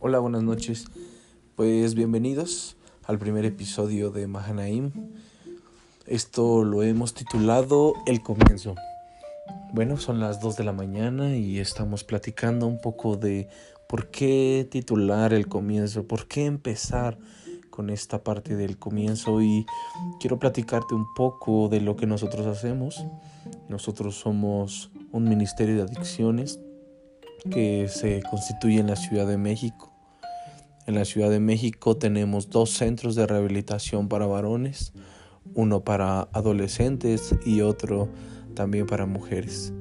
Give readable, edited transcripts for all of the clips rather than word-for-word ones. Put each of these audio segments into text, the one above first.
Hola, buenas noches. Pues bienvenidos al primer episodio de Mahanaim. Esto lo hemos titulado El Comienzo. Bueno, son las 2 de la mañana y estamos platicando un poco de por qué titular El Comienzo, por qué empezar con esta parte del comienzo, y quiero platicarte un poco de lo que nosotros hacemos. Nosotros somos un ministerio de adicciones que se constituye en la Ciudad de México. En la Ciudad de México tenemos 2 centros de rehabilitación para varones, uno para adolescentes y otro también para mujeres.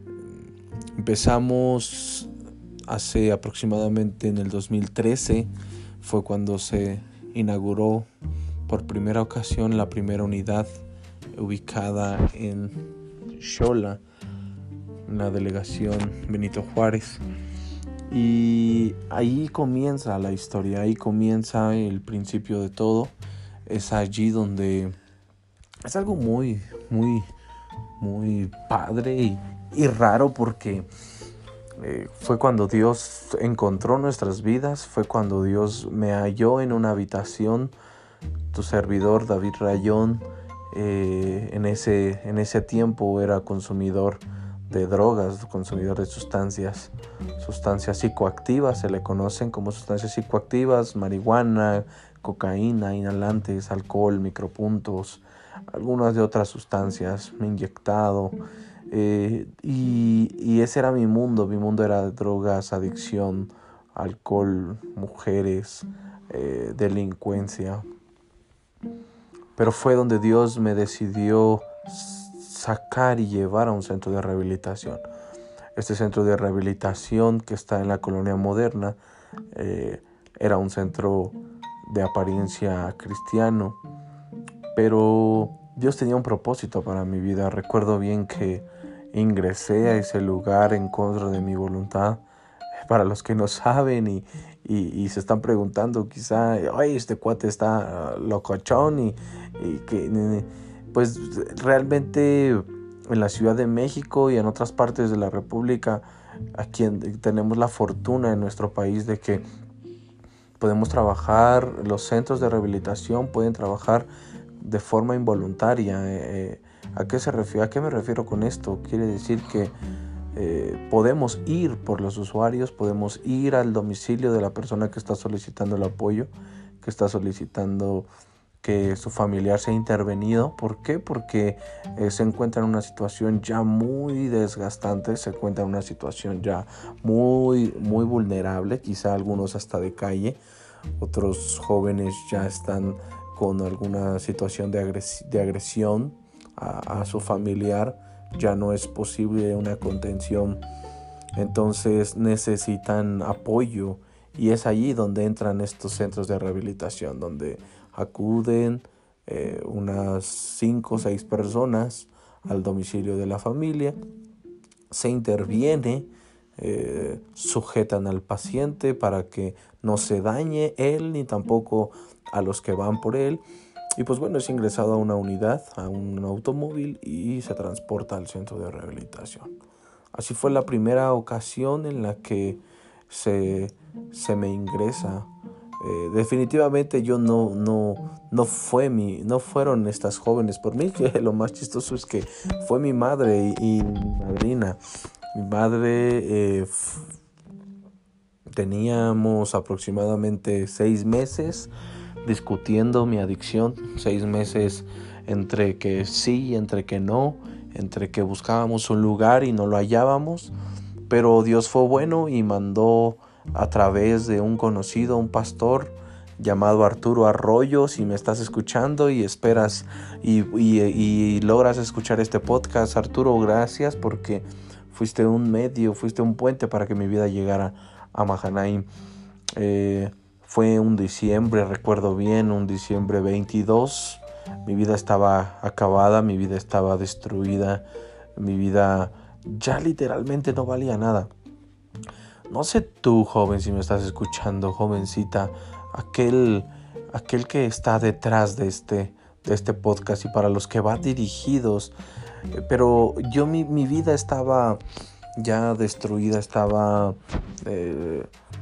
Empezamos hace aproximadamente en el 2013, fue cuando se inauguró por primera ocasión la primera unidad ubicada en Xola, en la delegación Benito Juárez. Y ahí comienza la historia, ahí comienza el principio de todo. Es allí donde es algo muy padre y raro, porque fue cuando Dios encontró nuestras vidas, fue cuando Dios me halló en una habitación. Tu servidor David Rayón en ese tiempo era consumidor de drogas, consumidor de sustancias psicoactivas, se le conocen como sustancias psicoactivas: marihuana, cocaína, inhalantes, alcohol, micropuntos, algunas de otras sustancias. Me he inyectado y ese era mi mundo era drogas, adicción, alcohol, mujeres, delincuencia. Pero fue donde Dios me decidió sacar y llevar a un centro de rehabilitación. Este centro de rehabilitación, que está en la Colonia Moderna, era un centro de apariencia cristiano, pero Dios tenía un propósito para mi vida. Recuerdo bien que ingresé a ese lugar en contra de mi voluntad. Para los que no saben y se están preguntando quizá, oye, este cuate está locochón y que pues realmente en la Ciudad de México y en otras partes de la República, aquí tenemos la fortuna en nuestro país de que podemos trabajar, los centros de rehabilitación pueden trabajar de forma involuntaria. ¿A qué me refiero con esto? Quiere decir que podemos ir por los usuarios, podemos ir al domicilio de la persona que está solicitando el apoyo, que está solicitando que su familiar sea intervenido. ¿Por qué? Porque se encuentra en una situación ya muy desgastante, se encuentra en una situación ya muy vulnerable, quizá algunos hasta de calle, otros jóvenes ya están con alguna situación de agresión a su familiar. Ya no es posible una contención, entonces necesitan apoyo, y es allí donde entran estos centros de rehabilitación, donde acuden unas 5 o 6 personas al domicilio de la familia, se interviene, sujetan al paciente para que no se dañe él ni tampoco a los que van por él. Y pues bueno, es ingresado a una unidad, a un automóvil, y se transporta al centro de rehabilitación. Así fue la primera ocasión en la que se me ingresa. Definitivamente yo no fueron estas jóvenes por mí, que lo más chistoso es que fue mi madre y mi madrina. Mi madre, teníamos aproximadamente 6 meses discutiendo mi adicción, 6 meses entre que sí y entre que no, entre que buscábamos un lugar y no lo hallábamos, pero Dios fue bueno y mandó a través de un conocido, un pastor llamado Arturo Arroyo. Si me estás escuchando y esperas y logras escuchar este podcast, Arturo, gracias, porque fuiste un medio, fuiste un puente para que mi vida llegara a Mahanaim. Fue un diciembre, recuerdo bien, un diciembre 22. Mi vida estaba acabada, mi vida estaba destruida, mi vida ya literalmente no valía nada. No sé tú, joven, si me estás escuchando, jovencita, aquel que está detrás de este podcast y para los que va dirigidos, pero yo mi vida estaba ya destruida, estaba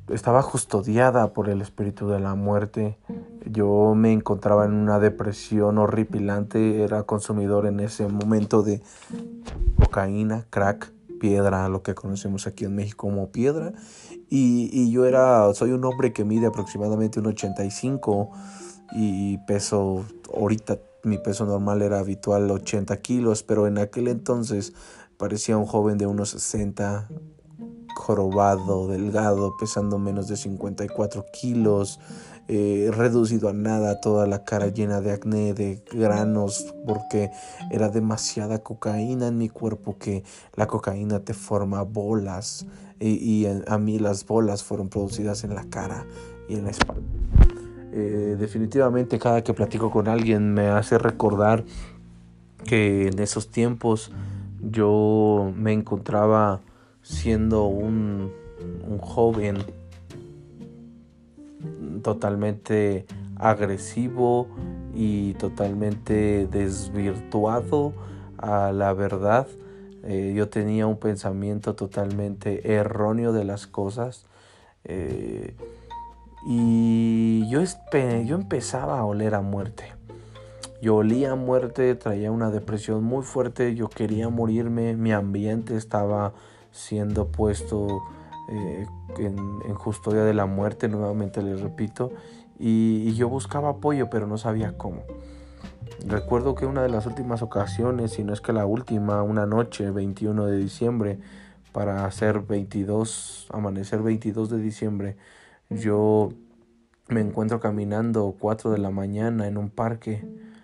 estaba custodiada por el espíritu de la muerte. Yo me encontraba en una depresión horripilante, era consumidor en ese momento de cocaína, crack, piedra, lo que conocemos aquí en México como piedra. Y yo soy un hombre que mide aproximadamente 1,85 y peso, ahorita mi peso normal era habitual 80 kilos, pero en aquel entonces parecía un joven de unos 60, jorobado, delgado, pesando menos de 54 kilos, reducido a nada, toda la cara llena de acné, de granos, porque era demasiada cocaína en mi cuerpo, que la cocaína te forma bolas, y a mí las bolas fueron producidas en la cara y en la espalda. Definitivamente cada que platico con alguien me hace recordar que en esos tiempos yo me encontraba siendo un joven totalmente agresivo y totalmente desvirtuado a la verdad. Yo tenía un pensamiento totalmente erróneo de las cosas, y yo empezaba a oler a muerte. Yo olía a muerte, traía una depresión muy fuerte, yo quería morirme, mi ambiente estaba siendo puesto en custodia de la muerte, nuevamente les repito, y yo buscaba apoyo, pero no sabía cómo. Recuerdo que una de las últimas ocasiones, si no es que la última, una noche, 21 de diciembre, para amanecer 22 de diciembre, yo me encuentro caminando 4 de la mañana en un parque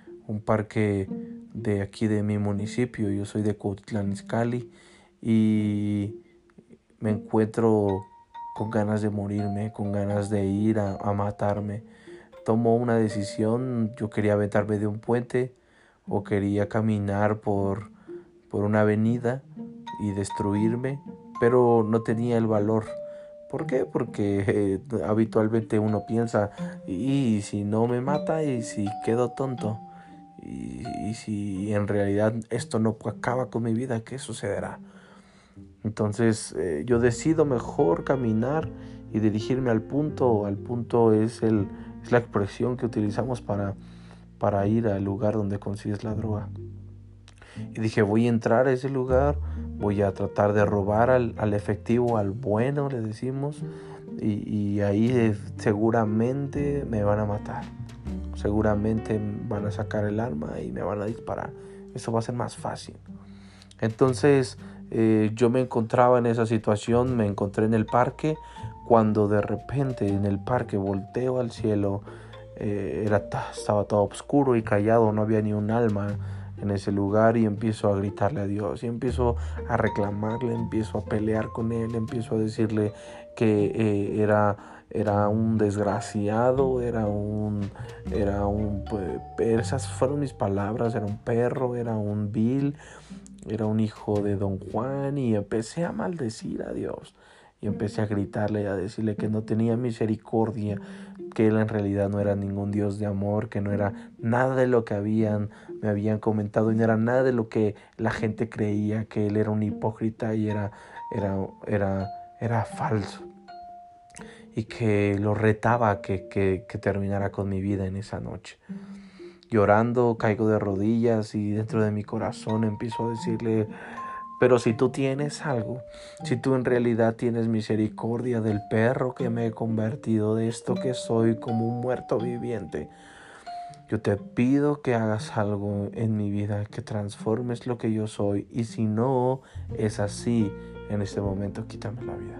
de aquí de mi municipio. Yo soy de Cuautitlán Izcalli y me encuentro con ganas de morirme, con ganas de ir a matarme. Tomo una decisión, yo quería aventarme de un puente o quería caminar por una avenida y destruirme, pero no tenía el valor. ¿Por qué? Porque habitualmente uno piensa, y si no me mata, y si quedo tonto, y si en realidad esto no acaba con mi vida, ¿qué sucederá? Entonces yo decido mejor caminar y dirigirme al punto. Al punto es la expresión que utilizamos para ir al lugar donde consigues la droga. Y dije, voy a entrar a ese lugar, voy a tratar de robar al efectivo, al bueno, le decimos, y ahí seguramente me van a matar. Seguramente van a sacar el arma y me van a disparar. Eso va a ser más fácil. Entonces yo me encontraba en esa situación, me encontré en el parque, cuando de repente en el parque volteo al cielo. Estaba todo oscuro y callado, no había ni un alma en ese lugar, y empiezo a gritarle a Dios, y empiezo a reclamarle, empiezo a pelear con él, empiezo a decirle que era un desgraciado, esas fueron mis palabras, era un perro, era un vil, era un hijo de Don Juan, y empecé a maldecir a Dios. Y empecé a gritarle y a decirle que no tenía misericordia, que él en realidad no era ningún Dios de amor, que no era nada de lo que me habían comentado, y no era nada de lo que la gente creía, que él era un hipócrita y era falso. Y que lo retaba que terminara con mi vida en esa noche. Llorando, caigo de rodillas y dentro de mi corazón empiezo a decirle: pero si tú tienes algo, si tú en realidad tienes misericordia del perro que me he convertido, de esto que soy como un muerto viviente, yo te pido que hagas algo en mi vida, que transformes lo que yo soy, y si no es así, en este momento quítame la vida.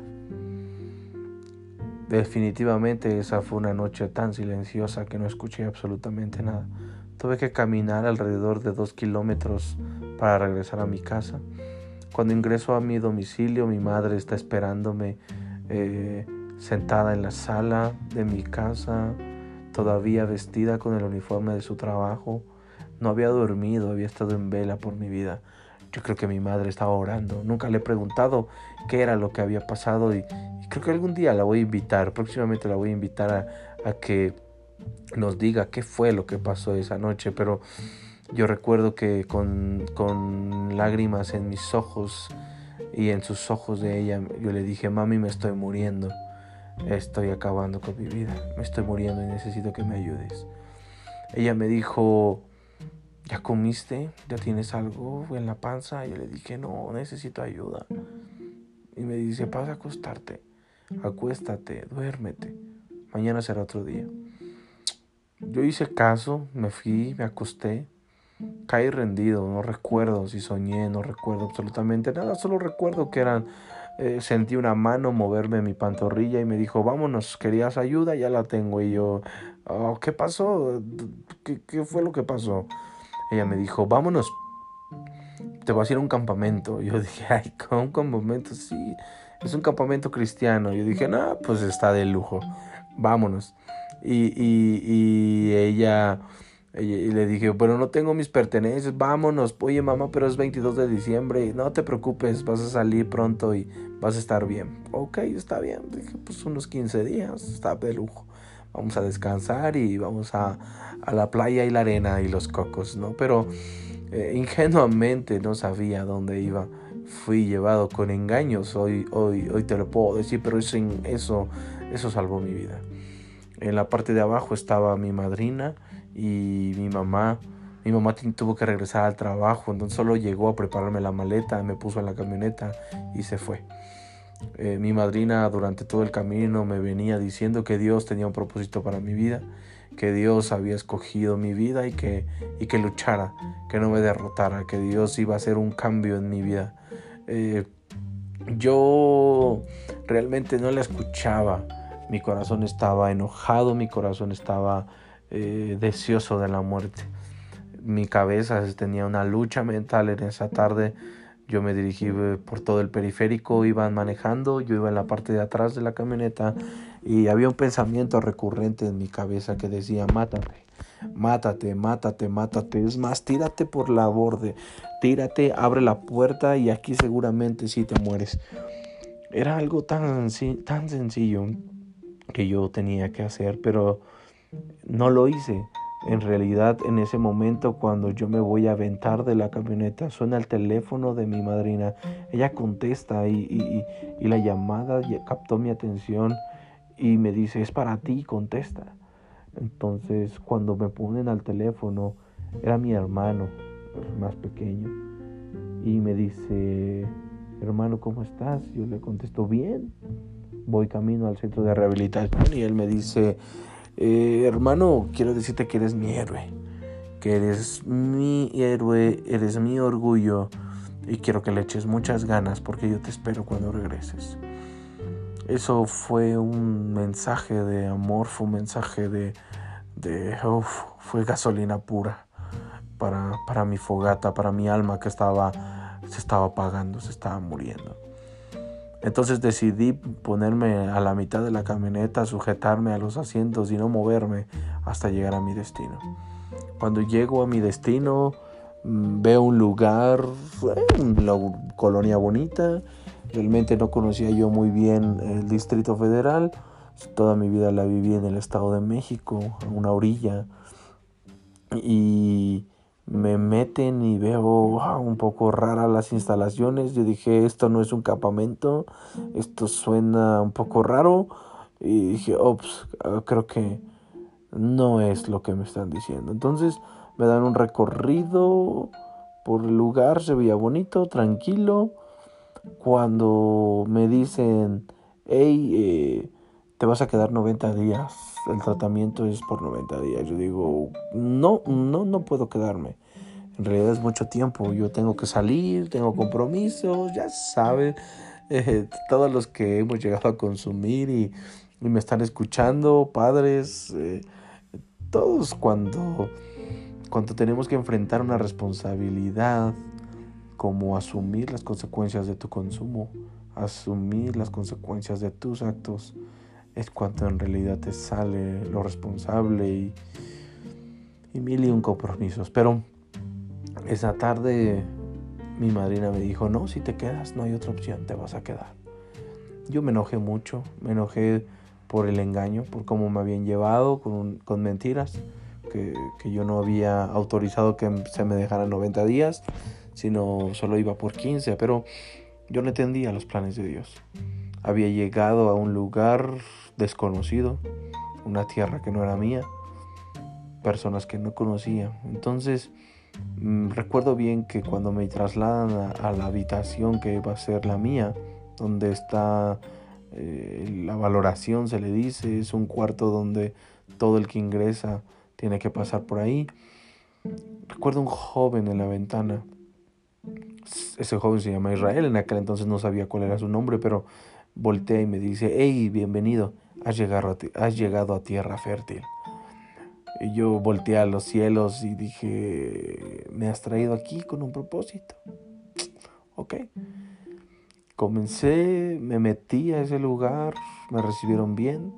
Definitivamente esa fue una noche tan silenciosa que no escuché absolutamente nada. Tuve que caminar alrededor de 2 kilómetros para regresar a mi casa. Cuando ingreso a mi domicilio, mi madre está esperándome sentada en la sala de mi casa, todavía vestida con el uniforme de su trabajo. No había dormido, había estado en vela por mi vida. Yo creo que mi madre estaba orando. Nunca le he preguntado qué era lo que había pasado, y creo que algún día la voy a invitar, próximamente la voy a invitar a que nos diga qué fue lo que pasó esa noche. Pero yo recuerdo que con lágrimas en mis ojos y en sus ojos de ella, yo le dije: mami, me estoy muriendo. estoy acabando con mi vida, me estoy muriendo y necesito que me ayudes. Ella me dijo, ¿ya comiste? ¿Ya tienes algo en la panza? Y yo le dije, no, necesito ayuda. Y me dice, vas a acostarte, acuéstate, duérmete, mañana será otro día. Yo hice caso, me fui, me acosté, caí rendido, no recuerdo si soñé, no recuerdo absolutamente nada, solo recuerdo que sentí una mano moverme mi pantorrilla y me dijo, vámonos, ¿querías ayuda? Ya la tengo. Y yo, oh, ¿qué pasó? ¿Qué fue lo que pasó? Ella me dijo, vámonos, te vas a ir a un campamento. Yo dije, ay, ¿con un campamento? Sí, es un campamento cristiano. Yo dije, no, pues está de lujo, vámonos. Y y le dije, pero no tengo mis pertenencias, vámonos. Oye, mamá, pero es 22 de diciembre. No te preocupes, vas a salir pronto y vas a estar bien. Ok, está bien. Dije, pues unos 15 días, está de lujo. Vamos a descansar y vamos a la playa y la arena y los cocos, ¿no? Pero ingenuamente no sabía dónde iba. Fui llevado con engaños, hoy te lo puedo decir, pero eso salvó mi vida. En la parte de abajo estaba mi madrina y mi mamá. Mi mamá tuvo que regresar al trabajo, entonces solo llegó a prepararme la maleta, me puso en la camioneta y se fue. Mi madrina durante todo el camino me venía diciendo que Dios tenía un propósito para mi vida, que Dios había escogido mi vida y que luchara, que no me derrotara, que Dios iba a hacer un cambio en mi vida. Yo realmente no la escuchaba. Mi corazón estaba enojado, mi corazón estaba deseoso de la muerte. Mi cabeza tenía una lucha mental en esa tarde. Yo me dirigí por todo el periférico, iban manejando, yo iba en la parte de atrás de la camioneta y había un pensamiento recurrente en mi cabeza que decía, mátate, mátate, mátate, mátate. Es más, tírate por la borde, tírate, abre la puerta y aquí seguramente sí te mueres. Era algo tan sencillo que yo tenía que hacer, pero no lo hice. En realidad, en ese momento, cuando yo me voy a aventar de la camioneta, suena el teléfono de mi madrina. Ella contesta y la llamada captó mi atención y me dice, es para ti, contesta. Entonces, cuando me ponen al teléfono, era mi hermano, el más pequeño, y me dice, hermano, ¿cómo estás? Yo le contesto, bien. Voy camino al centro de rehabilitación y él me dice, hermano, quiero decirte que eres mi héroe, eres mi orgullo y quiero que le eches muchas ganas porque yo te espero cuando regreses. Eso fue un mensaje de amor, fue un mensaje fue gasolina pura para mi fogata, para mi alma que se estaba apagando, se estaba muriendo. Entonces decidí ponerme a la mitad de la camioneta, sujetarme a los asientos y no moverme hasta llegar a mi destino. Cuando llego a mi destino, veo un lugar, una colonia bonita. Realmente no conocía yo muy bien el Distrito Federal. Toda mi vida la viví en el Estado de México, a una orilla. Y me meten y veo un poco raras las instalaciones. Yo dije, esto no es un campamento, esto suena un poco raro. Y dije, creo que no es lo que me están diciendo. Entonces me dan un recorrido por el lugar, se veía bonito, tranquilo. Cuando me dicen, hey, te vas a quedar 90 días, el tratamiento es por 90 días. Yo digo, no puedo quedarme. En realidad es mucho tiempo, yo tengo que salir, tengo compromisos, ya saben, todos los que hemos llegado a consumir y me están escuchando, padres, todos cuando tenemos que enfrentar una responsabilidad como asumir las consecuencias de tu consumo, asumir las consecuencias de tus actos, es cuando en realidad te sale lo responsable y mil y un compromisos. Pero esa tarde mi madrina me dijo, no, si te quedas no hay otra opción, te vas a quedar. Yo me enojé mucho, me enojé por el engaño, por cómo me habían llevado con mentiras, que yo no había autorizado que se me dejaran 90 días, sino solo iba por 15, pero yo no entendía los planes de Dios. Había llegado a un lugar desconocido, una tierra que no era mía, personas que no conocía. Entonces recuerdo bien que cuando me trasladan a la habitación que va a ser la mía, donde está la valoración, se le dice, es un cuarto donde todo el que ingresa tiene que pasar por ahí. Recuerdo un joven en la ventana. Ese joven se llama Israel. En aquel entonces no sabía cuál era su nombre, pero voltea y me dice: hey, bienvenido, has llegado a tierra fértil. Y yo volteé a los cielos y dije: me has traído aquí con un propósito. Ok. Comencé, me metí a ese lugar, me recibieron bien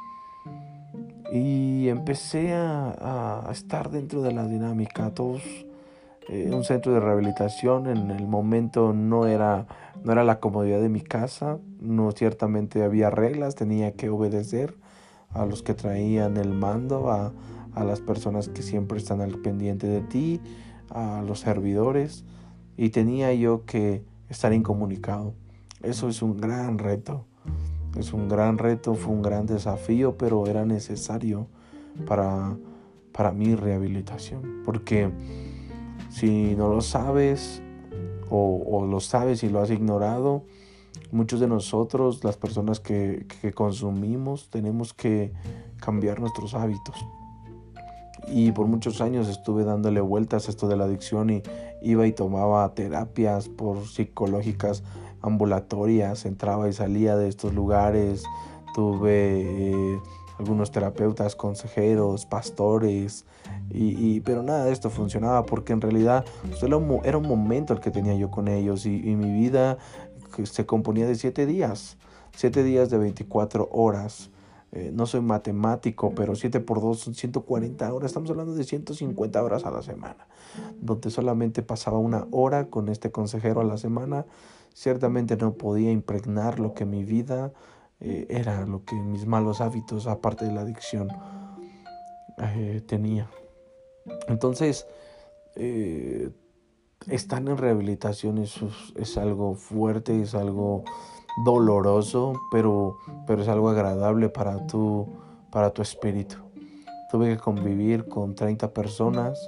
y empecé a estar dentro de la dinámica. Todos, un centro de rehabilitación en el momento no era la comodidad de mi casa, no, ciertamente había reglas, tenía que obedecer a los que traían el mando, a las personas que siempre están al pendiente de ti, a los servidores, y tenía yo que estar incomunicado. Eso es un gran reto, fue un gran desafío, pero era necesario para mi rehabilitación, porque si no lo sabes o lo sabes y lo has ignorado, muchos de nosotros, las personas que consumimos, tenemos que cambiar nuestros hábitos. Y por muchos años estuve dándole vueltas a esto de la adicción y iba y tomaba terapias psicológicas ambulatorias, entraba y salía de estos lugares, tuve algunos terapeutas, consejeros, pastores, pero nada de esto funcionaba, porque en realidad solo era un momento el que tenía yo con ellos, y mi vida se componía de 7 días, 7 días de 24 horas. No soy matemático, pero 7 por 2 son 140 horas. Estamos hablando de 150 horas a la semana, donde solamente pasaba 1 hora con este consejero a la semana. Ciertamente no podía impregnar lo que mi vida era, lo que mis malos hábitos, aparte de la adicción, tenía. Entonces, estar en rehabilitación es algo fuerte, es algo doloroso, pero es algo agradable para tu espíritu. Tuve que convivir con 30 personas.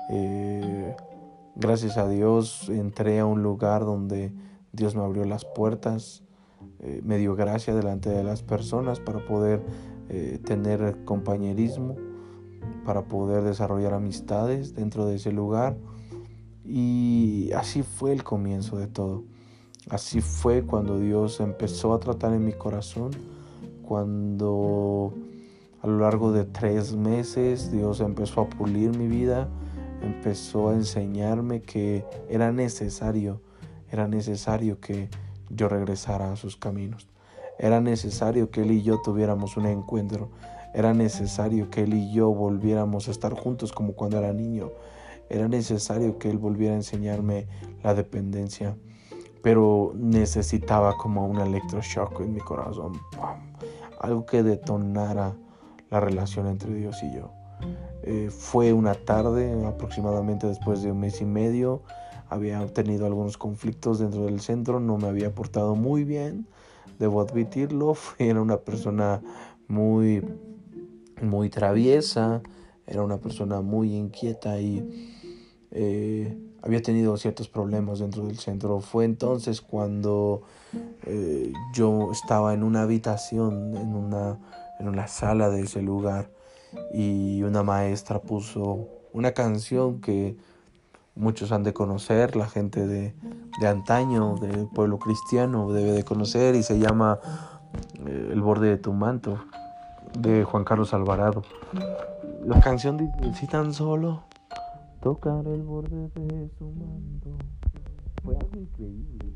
Gracias a Dios entré a un lugar donde Dios me abrió las puertas, me dio gracia delante de las personas para poder tener compañerismo, para poder desarrollar amistades dentro de ese lugar. Y así fue el comienzo de todo. Así fue cuando Dios empezó a tratar en mi corazón, cuando a lo largo de 3 meses Dios empezó a pulir mi vida, empezó a enseñarme que era necesario que yo regresara a sus caminos. Era necesario que Él y yo tuviéramos un encuentro. Era necesario que Él y yo volviéramos a estar juntos como cuando era niño. Era necesario que Él volviera a enseñarme la dependencia. Pero necesitaba como un electroshock en mi corazón. ¡Pum! Algo que detonara la relación entre Dios y yo. Fue una tarde, aproximadamente después de 1 mes y medio. Había tenido algunos conflictos dentro del centro, no me había portado muy bien, debo admitirlo. Era una persona muy, muy traviesa, era una persona muy inquieta y había tenido ciertos problemas dentro del centro. Fue entonces cuando yo estaba en una habitación, en una sala de ese lugar, y una maestra puso una canción que muchos han de conocer, la gente de antaño, del pueblo cristiano, debe de conocer, y se llama El borde de tu manto, de Juan Carlos Alvarado. La canción dice: si tan solo tocar el borde de su manto. Fue algo increíble.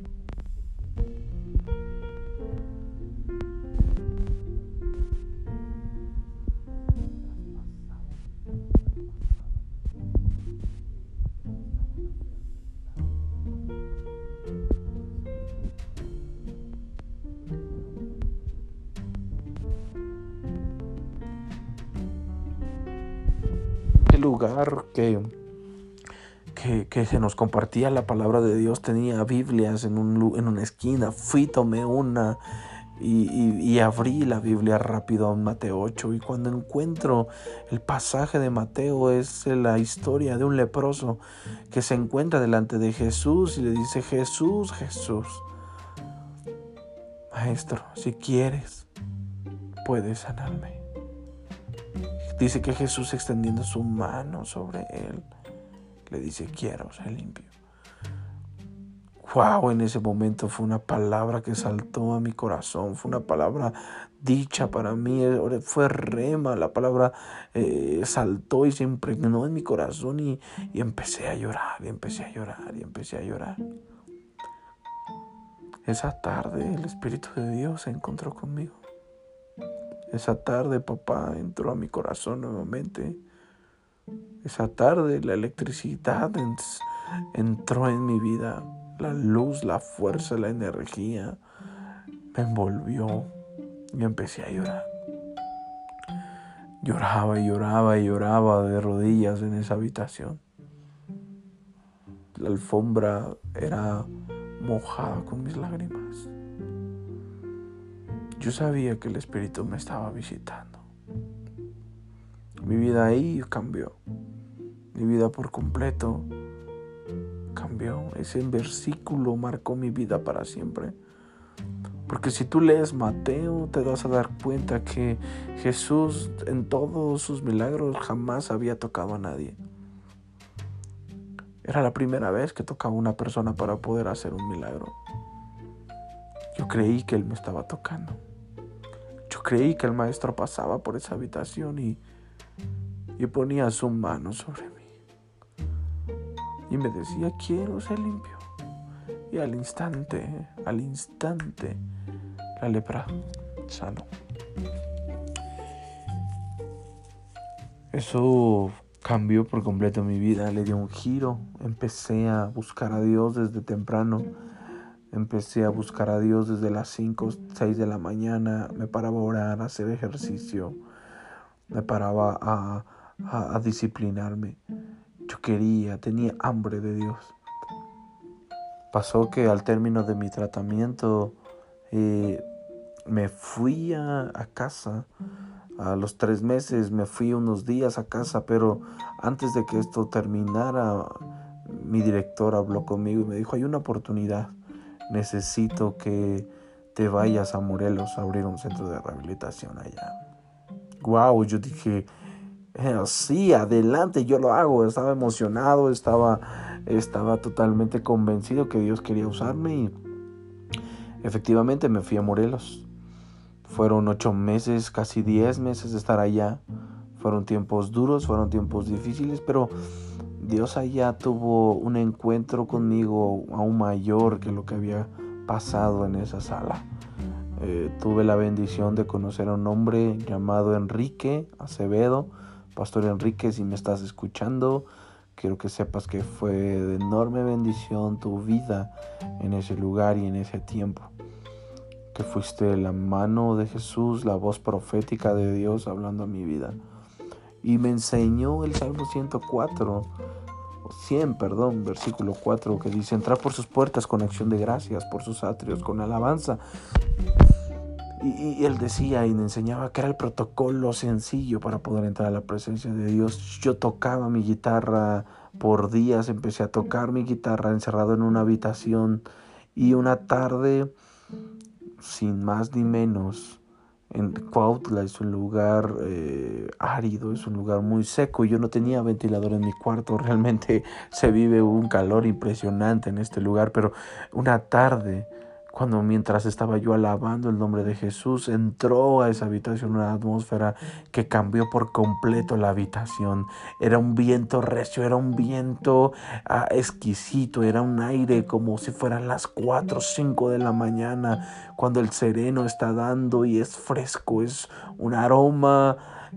El lugar que se nos compartía la palabra de Dios tenía Biblias en una esquina. Tomé una Y abrí la Biblia rápido a Mateo 8, y cuando encuentro el pasaje de Mateo es la historia de un leproso que se encuentra delante de Jesús y le dice: Jesús, Jesús, Maestro, si quieres, puedes sanarme. Dice que Jesús, extendiendo su mano sobre él, le dice: quiero ser limpio. Wow, en ese momento fue una palabra que saltó a mi corazón, fue una palabra dicha para mí, fue rema, la palabra saltó y se impregnó en mi corazón y empecé a llorar, y empecé a llorar, y empecé a llorar. Esa tarde el Espíritu de Dios se encontró conmigo. Esa tarde papá entró a mi corazón nuevamente. Esa tarde la electricidad entró en mi vida. La luz, la fuerza, la energía me envolvió y empecé a llorar. Lloraba y lloraba y lloraba de rodillas en esa habitación. La alfombra era mojada con mis lágrimas. Yo sabía que el Espíritu me estaba visitando. Mi vida ahí cambió. Mi vida por completo cambió. Ese versículo marcó mi vida para siempre. Porque si tú lees Mateo, te vas a dar cuenta que Jesús en todos sus milagros jamás había tocado a nadie. Era la primera vez que tocaba a una persona para poder hacer un milagro. Yo creí que Él me estaba tocando. Yo creí que el Maestro pasaba por esa habitación y ponía su mano sobre mí. Y me decía: quiero ser limpio. Y al instante, la lepra sanó. Eso cambió por completo mi vida, le dio un giro. Empecé a buscar a Dios desde temprano. Empecé a buscar a Dios desde las 5, 6 de la mañana. Me paraba a orar, a hacer ejercicio. Me paraba a disciplinarme. Yo tenía hambre de Dios. Pasó que al término de mi tratamiento me fui a casa. A los 3 meses me fui unos días a casa, pero antes de que esto terminara, mi director habló conmigo y me dijo: hay una oportunidad, necesito que te vayas a Morelos a abrir un centro de rehabilitación allá. Wow, yo dije: sí, adelante, yo lo hago. Estaba emocionado, estaba totalmente convencido que Dios quería usarme y efectivamente me fui a Morelos. Fueron 8 meses, casi 10 meses de estar allá. Fueron tiempos duros, fueron tiempos difíciles, pero Dios allá tuvo un encuentro conmigo aún mayor que lo que había pasado en esa sala. Tuve la bendición de conocer a un hombre llamado Enrique Acevedo. Pastor Enrique, si me estás escuchando, quiero que sepas que fue de enorme bendición tu vida en ese lugar y en ese tiempo. Que fuiste la mano de Jesús, la voz profética de Dios hablando a mi vida. Y me enseñó el Salmo 100, versículo 4, que dice: entrar por sus puertas con acción de gracias, por sus atrios con alabanza. Y él decía y me enseñaba que era el protocolo sencillo para poder entrar a la presencia de Dios. Yo tocaba mi guitarra por días, empecé a tocar mi guitarra encerrado en una habitación, y una tarde, sin más ni menos, en Cuautla es un lugar árido, es un lugar muy seco. Yo no tenía ventilador en mi cuarto, realmente se vive un calor impresionante en este lugar, pero una tarde, mientras estaba yo alabando el nombre de Jesús, entró a esa habitación una atmósfera que cambió por completo la habitación. Era un viento recio, era un viento exquisito, era un aire como si fueran las 4 o 5 de la mañana, cuando el sereno está dando y es fresco, es un aroma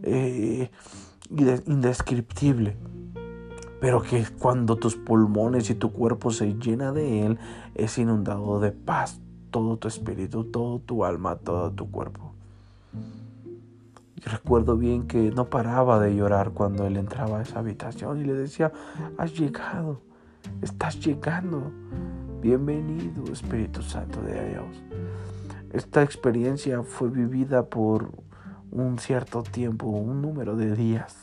indescriptible. Pero que cuando tus pulmones y tu cuerpo se llena de él, es inundado de paz todo tu espíritu, todo tu alma, todo tu cuerpo. Y recuerdo bien que no paraba de llorar cuando él entraba a esa habitación y le decía: has llegado, estás llegando, bienvenido Espíritu Santo de Dios. Esta experiencia fue vivida por un cierto tiempo, un número de días.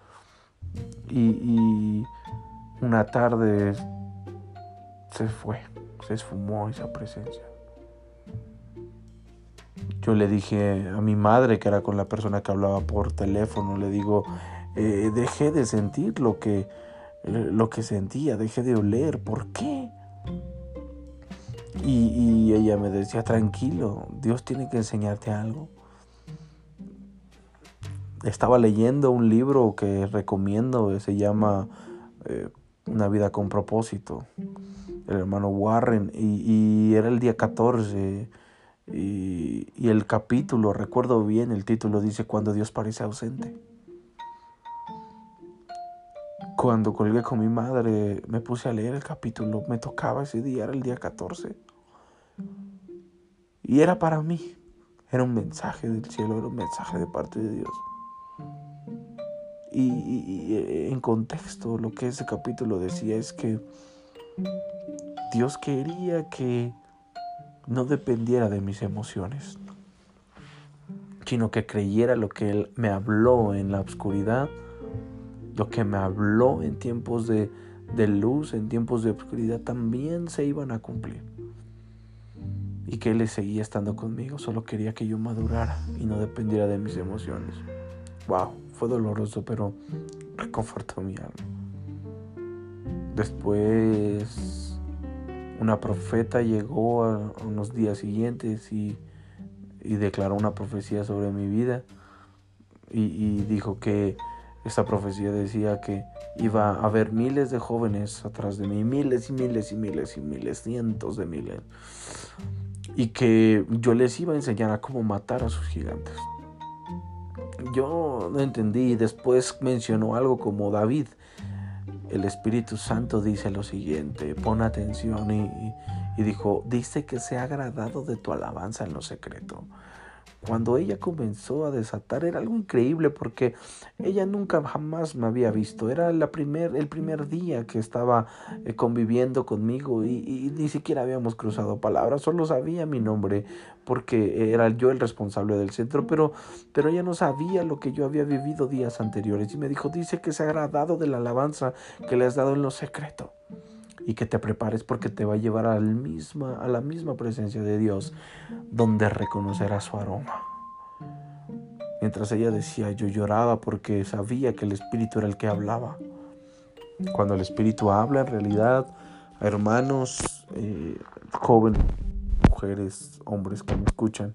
Y una tarde se esfumó esa presencia. Yo le dije a mi madre, que era con la persona que hablaba por teléfono, le digo, dejé de sentir lo que sentía, dejé de oler, ¿por qué? Y ella me decía, tranquilo, Dios tiene que enseñarte algo. Estaba leyendo un libro que recomiendo, se llama Una vida con propósito, el hermano Warren, y era el día 14, y el capítulo, recuerdo bien, el título dice Cuando Dios parece ausente. Cuando colgué con mi madre, me puse a leer el capítulo, me tocaba ese día, era el día 14, y era para mí, era un mensaje del cielo, era un mensaje de parte de Dios. Y en contexto, lo que ese capítulo decía es que Dios quería que no dependiera de mis emociones, sino que creyera lo que Él me habló en la oscuridad, lo que me habló en tiempos de luz, en tiempos de oscuridad, también se iban a cumplir. Y que Él seguía estando conmigo, solo quería que yo madurara y no dependiera de mis emociones. Wow, fue doloroso, pero reconfortó mi alma. Después, una profeta llegó a unos días siguientes y declaró una profecía sobre mi vida y dijo que esta profecía decía que iba a haber miles de jóvenes atrás de mí, miles y miles y miles y miles, cientos de miles, y que yo les iba a enseñar a cómo matar a sus gigantes. Yo no entendí. Después mencionó algo como David. El Espíritu Santo dice lo siguiente, pon atención, y dijo, dice que se ha agradado de tu alabanza en lo secreto. Cuando ella comenzó a desatar era algo increíble porque ella nunca jamás me había visto. Era el primer día que estaba conviviendo conmigo y ni siquiera habíamos cruzado palabras, solo sabía mi nombre porque era yo el responsable del centro, pero ella no sabía lo que yo había vivido días anteriores y me dijo, dice que se ha agradado de la alabanza que le has dado en lo secreto. Y que te prepares porque te va a llevar a la misma presencia de Dios, donde reconocerás su aroma. Mientras ella decía, yo lloraba porque sabía que el Espíritu era el que hablaba. Cuando el Espíritu habla, en realidad, hermanos, jóvenes, mujeres, hombres que me escuchan,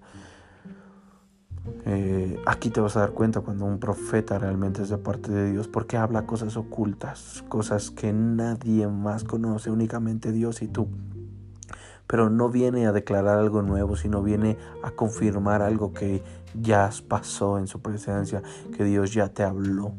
aquí te vas a dar cuenta cuando un profeta realmente es de parte de Dios, porque habla cosas ocultas, cosas que nadie más conoce, únicamente Dios y tú. Pero no viene a declarar algo nuevo, sino viene a confirmar algo que ya pasó en su presencia, que Dios ya te habló.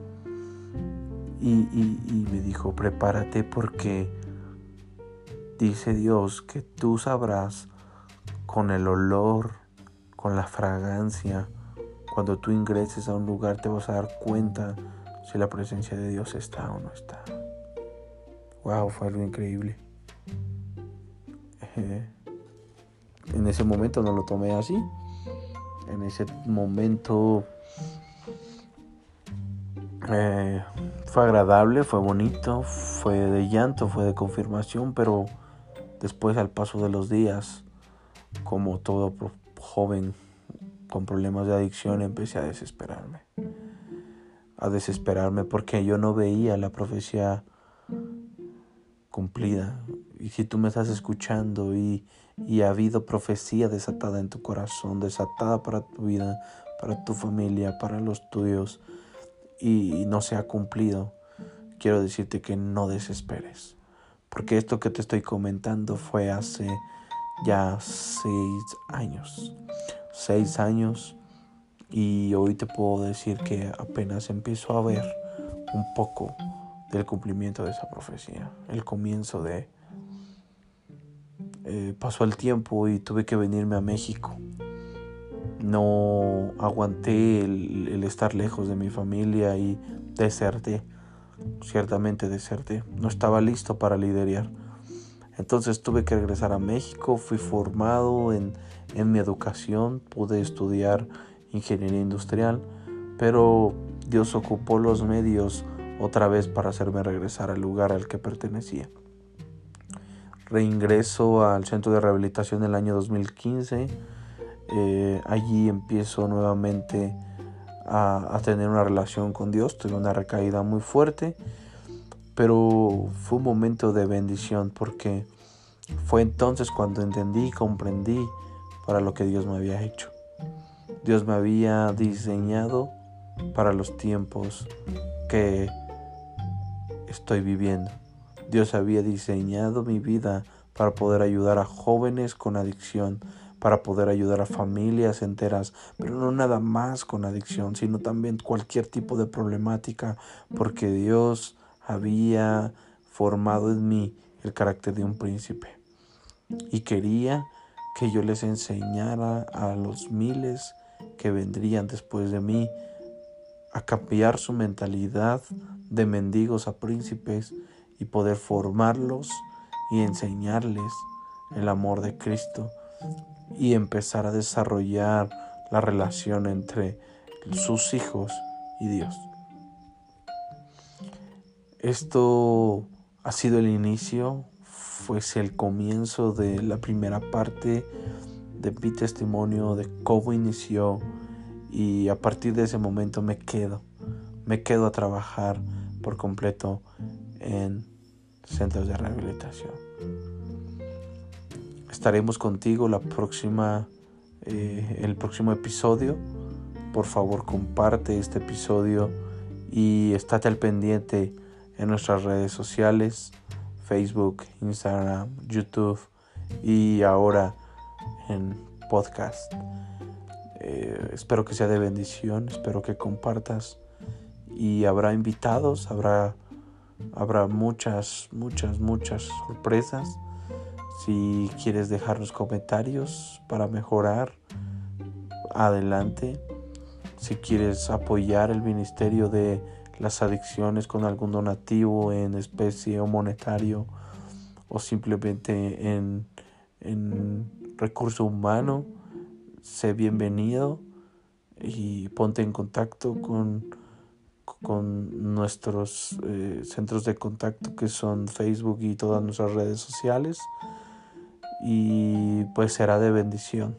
Y me dijo, prepárate porque dice Dios que tú sabrás con el olor, con la fragancia. Cuando tú ingreses a un lugar te vas a dar cuenta si la presencia de Dios está o no está. Wow, fue algo increíble. En ese momento no lo tomé así. En ese momento fue agradable, fue bonito, fue de llanto, fue de confirmación, pero después al paso de los días, como todo joven con problemas de adicción, empecé a desesperarme porque yo no veía la profecía cumplida. Y si tú me estás escuchando y ha habido profecía desatada en tu corazón, desatada para tu vida, para tu familia, para los tuyos, y no se ha cumplido, quiero decirte que no desesperes, porque esto que te estoy comentando fue hace ya 6 años, y hoy te puedo decir que apenas empiezo a ver un poco del cumplimiento de esa profecía, el comienzo de... pasó el tiempo y tuve que venirme a México. No aguanté el estar lejos de mi familia y deserté. Ciertamente deserté. No estaba listo para liderar. Entonces tuve que regresar a México, fui formado en mi educación, pude estudiar ingeniería industrial, pero Dios ocupó los medios otra vez para hacerme regresar al lugar al que pertenecía. Reingreso al centro de rehabilitación en el año 2015. Allí empiezo nuevamente a tener una relación con Dios. Tuve una recaída muy fuerte, pero fue un momento de bendición porque fue entonces cuando entendí y comprendí para lo que Dios me había hecho. Dios me había diseñado para los tiempos que estoy viviendo. Dios había diseñado mi vida para poder ayudar a jóvenes con adicción, para poder ayudar a familias enteras, pero no nada más con adicción, sino también cualquier tipo de problemática, porque Dios había formado en mí el carácter de un príncipe y quería que yo les enseñara a los miles que vendrían después de mí a cambiar su mentalidad de mendigos a príncipes y poder formarlos y enseñarles el amor de Cristo y empezar a desarrollar la relación entre sus hijos y Dios. Esto ha sido el inicio, fue el comienzo de la primera parte de mi testimonio de cómo inició, y a partir de ese momento me quedo a trabajar por completo en centros de rehabilitación. Estaremos contigo el próximo episodio. Por favor, comparte este episodio y estate al pendiente en nuestras redes sociales, Facebook, Instagram, YouTube y ahora en podcast. Espero que sea de bendición, espero que compartas y habrá invitados, habrá muchas sorpresas. Si quieres dejarnos comentarios para mejorar, adelante. Si quieres apoyar el ministerio de las adicciones con algún donativo en especie o monetario, o simplemente en recurso humano, sé bienvenido y ponte en contacto con nuestros centros de contacto, que son Facebook y todas nuestras redes sociales, y pues será de bendición.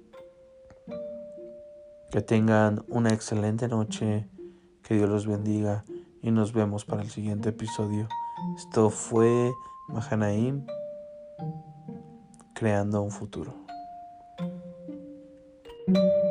Que tengan una excelente noche, que Dios los bendiga y nos vemos para el siguiente episodio. Esto fue Mahanaim, creando un futuro.